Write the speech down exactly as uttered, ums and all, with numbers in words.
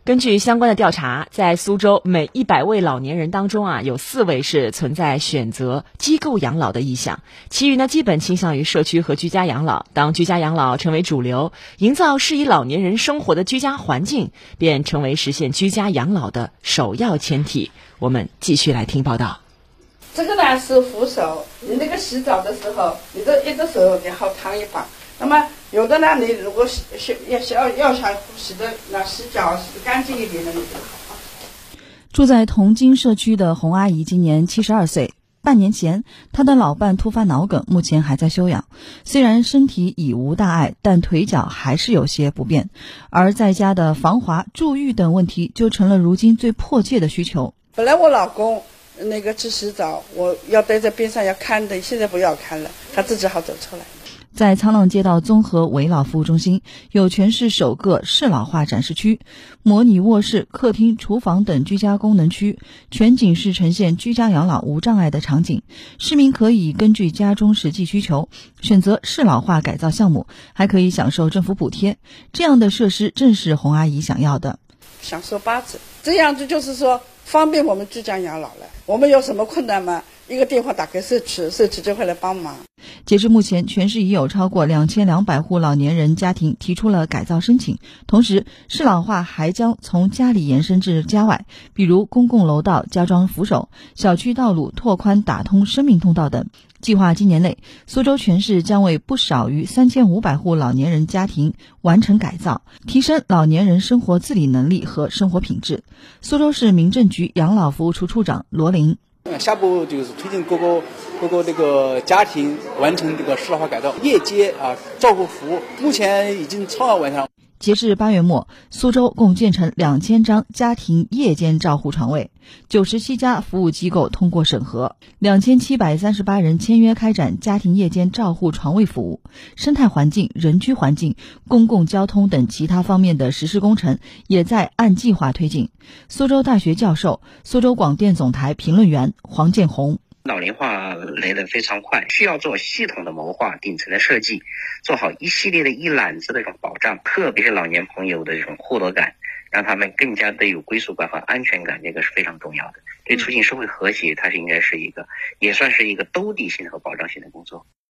根据相关的调查，在苏州每一百位老年人当中啊，有四位是存在选择机构养老的意向，其余呢基本倾向于社区和居家养老。当居家养老成为主流，营造适宜老年人生活的居家环境，便成为实现居家养老的首要前提。我们继续来听报道。 这个呢是扶手，你那个洗澡的时候，你这一只手你好躺一把。那么有的呢，你如果洗洗要要要想洗的那洗脚洗得干净一点的，你就好。 住在同金社区的洪阿姨今年七十二岁，半年前她的老伴突发脑梗，目前还在休养。虽然身体已无大碍，但腿脚还是有些不便，而在家的防滑、注浴等问题就成了如今最迫切的需求。 本来我老公那个去洗澡，我要待在边上要看的，现在不要看了，他自己好走出来。 在沧浪街道综合围老服务中心，有全市首个适老化展示区，模拟卧室、客厅、厨房等居家功能区，全景式呈现居家养老无障碍的场景。市民可以根据家中实际需求选择适老化改造项目，还可以享受政府补贴。这样的设施正是洪阿姨想要的。 享受八折，这样子就是说方便我们居家养老了。我们有什么困难吗？一个电话打给社区，社区就会来帮忙。 截至目前，全市已有超过两千两百户老年人家庭提出了改造申请。同时，适老化还将从家里延伸至家外，比如公共楼道加装扶手，小区道路拓宽打通生命通道等。计划今年内，苏州全市将为不少于三千五百户老年人家庭完成改造，提升老年人生活自理能力和生活品质。苏州市民政局养老服务处处长罗林。 下步就是推进各个各个这个家庭完成这个适老化改造，夜间啊照护服务目前已经超额完成。 截至八月末，苏州共建成两千张家庭夜间照护床位，九十七家服务机构通过审核，两千七百三十八人签约开展家庭夜间照护床位服务。生态环境、人居环境、公共交通等其他方面的实施工程也在按计划推进。苏州大学教授、苏州广电总台评论员黄建红。 老龄化来得非常快，需要做系统的谋划、顶层的设计，做好一系列的一揽子的这种保障，特别是老年朋友的这种获得感，让他们更加的有归属感和安全感，这个是非常重要的。对促进社会和谐，它是应该是一个，也算是一个兜底性和保障性的工作。